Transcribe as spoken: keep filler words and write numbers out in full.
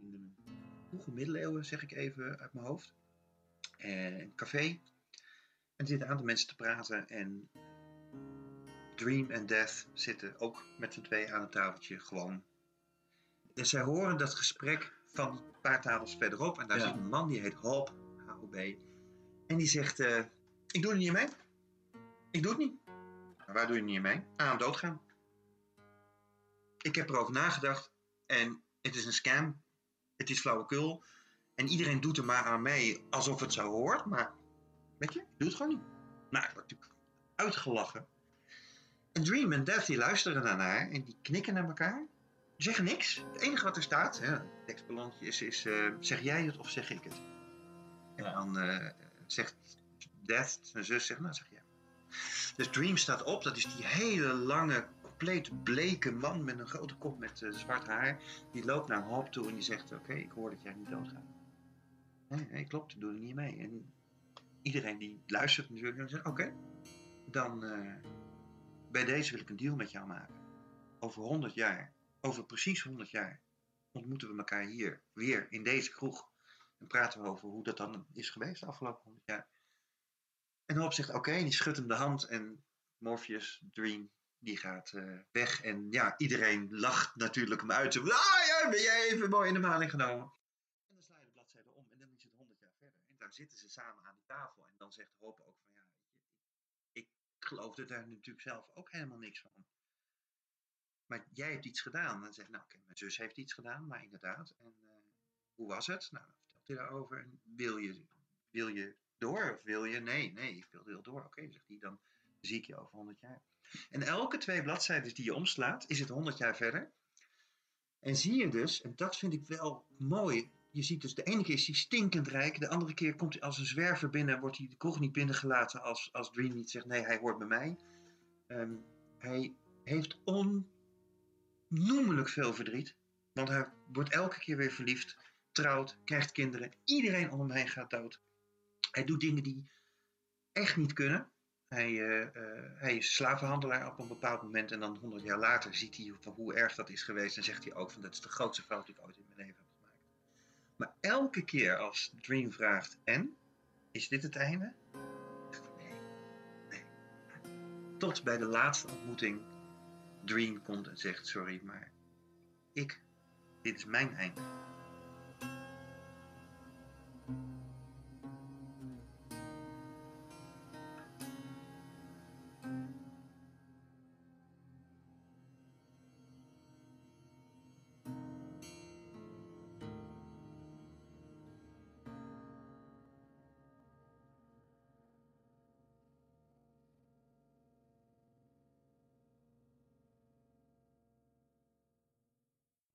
in de vroege middeleeuwen, zeg ik even uit mijn hoofd. Uh, een café. En er zitten een aantal mensen te praten. En Dream en Death zitten ook met z'n tweeën aan het tafeltje gewoon. En zij horen dat gesprek van een paar tafels verderop. En daar ja. zit een man die heet Hob, H O B. En die zegt, uh, ik doe er niet mee. Ik doe het niet. Maar waar doe je niet mee? Aan doodgaan. Ik heb erover nagedacht. En het is een scam. Het is flauwekul. En iedereen doet er maar aan mee alsof het zo hoort. Maar, weet je, ik doe het gewoon niet. Nou, ik word natuurlijk uitgelachen. En Dream en Death die luisteren daarnaar. En die knikken naar elkaar. Die zeggen niks. Het enige wat er staat, hè, het tekstballonnetje is, is uh, zeg jij het of zeg ik het? En ja. dan uh, zegt Death, zijn zus, zegt, nou zeg jij. Dus Dream staat op. Dat is die hele lange, compleet bleke man met een grote kop met uh, zwart haar. Die loopt naar Hob toe en die zegt, oké, okay, ik hoor dat jij niet doodgaat. Nee, nee, klopt, doe er niet mee. En iedereen die luistert natuurlijk en zegt, oké, okay, dan uh, bij deze wil ik een deal met jou maken. Over honderd jaar, over precies honderd jaar, ontmoeten we elkaar hier, weer in deze kroeg. En praten we over hoe dat dan is geweest de afgelopen honderd jaar. En Hob zegt, oké, okay, die schudt hem de hand en Morpheus, Dream, die gaat uh, weg. En ja, iedereen lacht natuurlijk hem uit. Ah ja, ben jij even mooi in de maling genomen. En dan sla je de bladzijde om en dan is het honderd jaar verder. En daar zitten ze samen aan die tafel. En dan zegt Hob ook van ja, ik, ik geloofde daar natuurlijk zelf ook helemaal niks van. Maar jij hebt iets gedaan. En dan zegt nou oké, okay, mijn zus heeft iets gedaan, maar inderdaad. En uh, hoe was het? Nou, dan vertelt hij daarover. En wil je, wil je door of wil je? Nee, nee, ik wil heel door. Oké, okay, zegt hij, dan zie ik je over honderd jaar. En elke twee bladzijden die je omslaat, is het honderd jaar verder. En zie je dus, en dat vind ik wel mooi, je ziet dus de ene keer is hij stinkend rijk, de andere keer komt hij als een zwerver binnen, wordt hij de kroeg niet binnengelaten als, als Dream niet zegt, nee, hij hoort bij mij. Um, hij heeft onnoemelijk veel verdriet, want hij wordt elke keer weer verliefd, trouwt, krijgt kinderen, iedereen om hem heen gaat dood. Hij doet dingen die echt niet kunnen. Hij, uh, uh, hij is slavenhandelaar op een bepaald moment en dan honderd jaar later ziet hij van hoe erg dat is geweest en zegt hij ook van dat is de grootste fout die ik ooit in mijn leven heb gemaakt. Maar elke keer als Dream vraagt en, is dit het einde? Nee, nee. Tot bij de laatste ontmoeting Dream komt en zegt sorry, maar ik, dit is mijn einde.